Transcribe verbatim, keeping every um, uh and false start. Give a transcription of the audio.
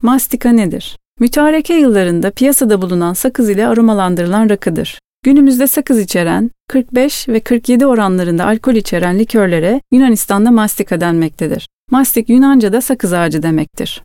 Mastika nedir? Mütareke yıllarında piyasada bulunan sakız ile aromalandırılan rakıdır. Günümüzde sakız içeren, kırk beş ve kırk yedi oranlarında alkol içeren likörlere Yunanistan'da mastika denmektedir. Mastik Yunanca'da sakız ağacı demektir.